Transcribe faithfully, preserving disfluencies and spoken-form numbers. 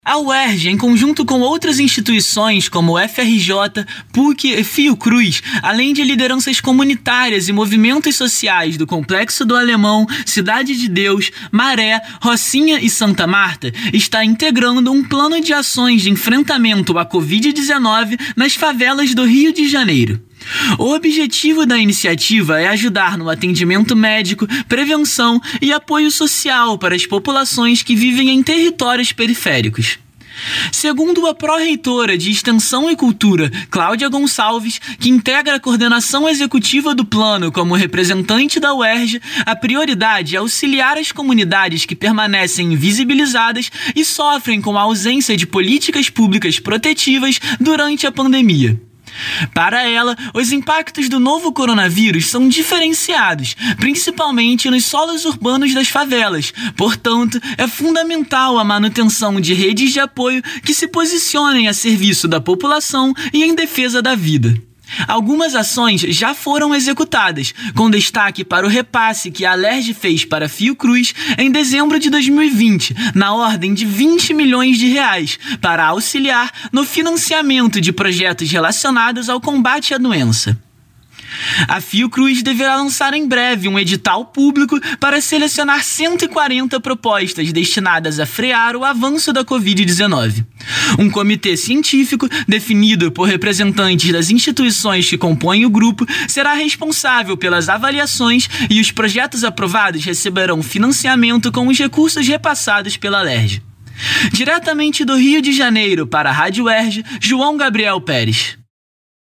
A U E R J, em conjunto com outras instituições como o F R J, P U C e Fiocruz, além de lideranças comunitárias e movimentos sociais do Complexo do Alemão, Cidade de Deus, Maré, Rocinha e Santa Marta, está integrando um plano de ações de enfrentamento à covid dezenove nas favelas do Rio de Janeiro. O objetivo da iniciativa é ajudar no atendimento médico, prevenção e apoio social para as populações que vivem em territórios periféricos. Segundo a pró-reitora de Extensão e Cultura, Cláudia Gonçalves, que integra a coordenação executiva do plano como representante da U E R J, a prioridade é auxiliar as comunidades que permanecem invisibilizadas e sofrem com a ausência de políticas públicas protetivas durante a pandemia. Para ela, os impactos do novo coronavírus são diferenciados, principalmente nos solos urbanos das favelas. Portanto, é fundamental a manutenção de redes de apoio que se posicionem a serviço da população e em defesa da vida. Algumas ações já foram executadas, com destaque para o repasse que a Alerj fez para a Fiocruz em dezembro de dois mil e vinte, na ordem de vinte milhões de reais, para auxiliar no financiamento de projetos relacionados ao combate à doença. A Fiocruz deverá lançar em breve um edital público para selecionar cento e quarenta propostas destinadas a frear o avanço da covid dezenove. Um comitê científico, definido por representantes das instituições que compõem o grupo, será responsável pelas avaliações e os projetos aprovados receberão financiamento com os recursos repassados pela Alerj. Diretamente do Rio de Janeiro para a Rádio U E R J, João Gabriel Pérez.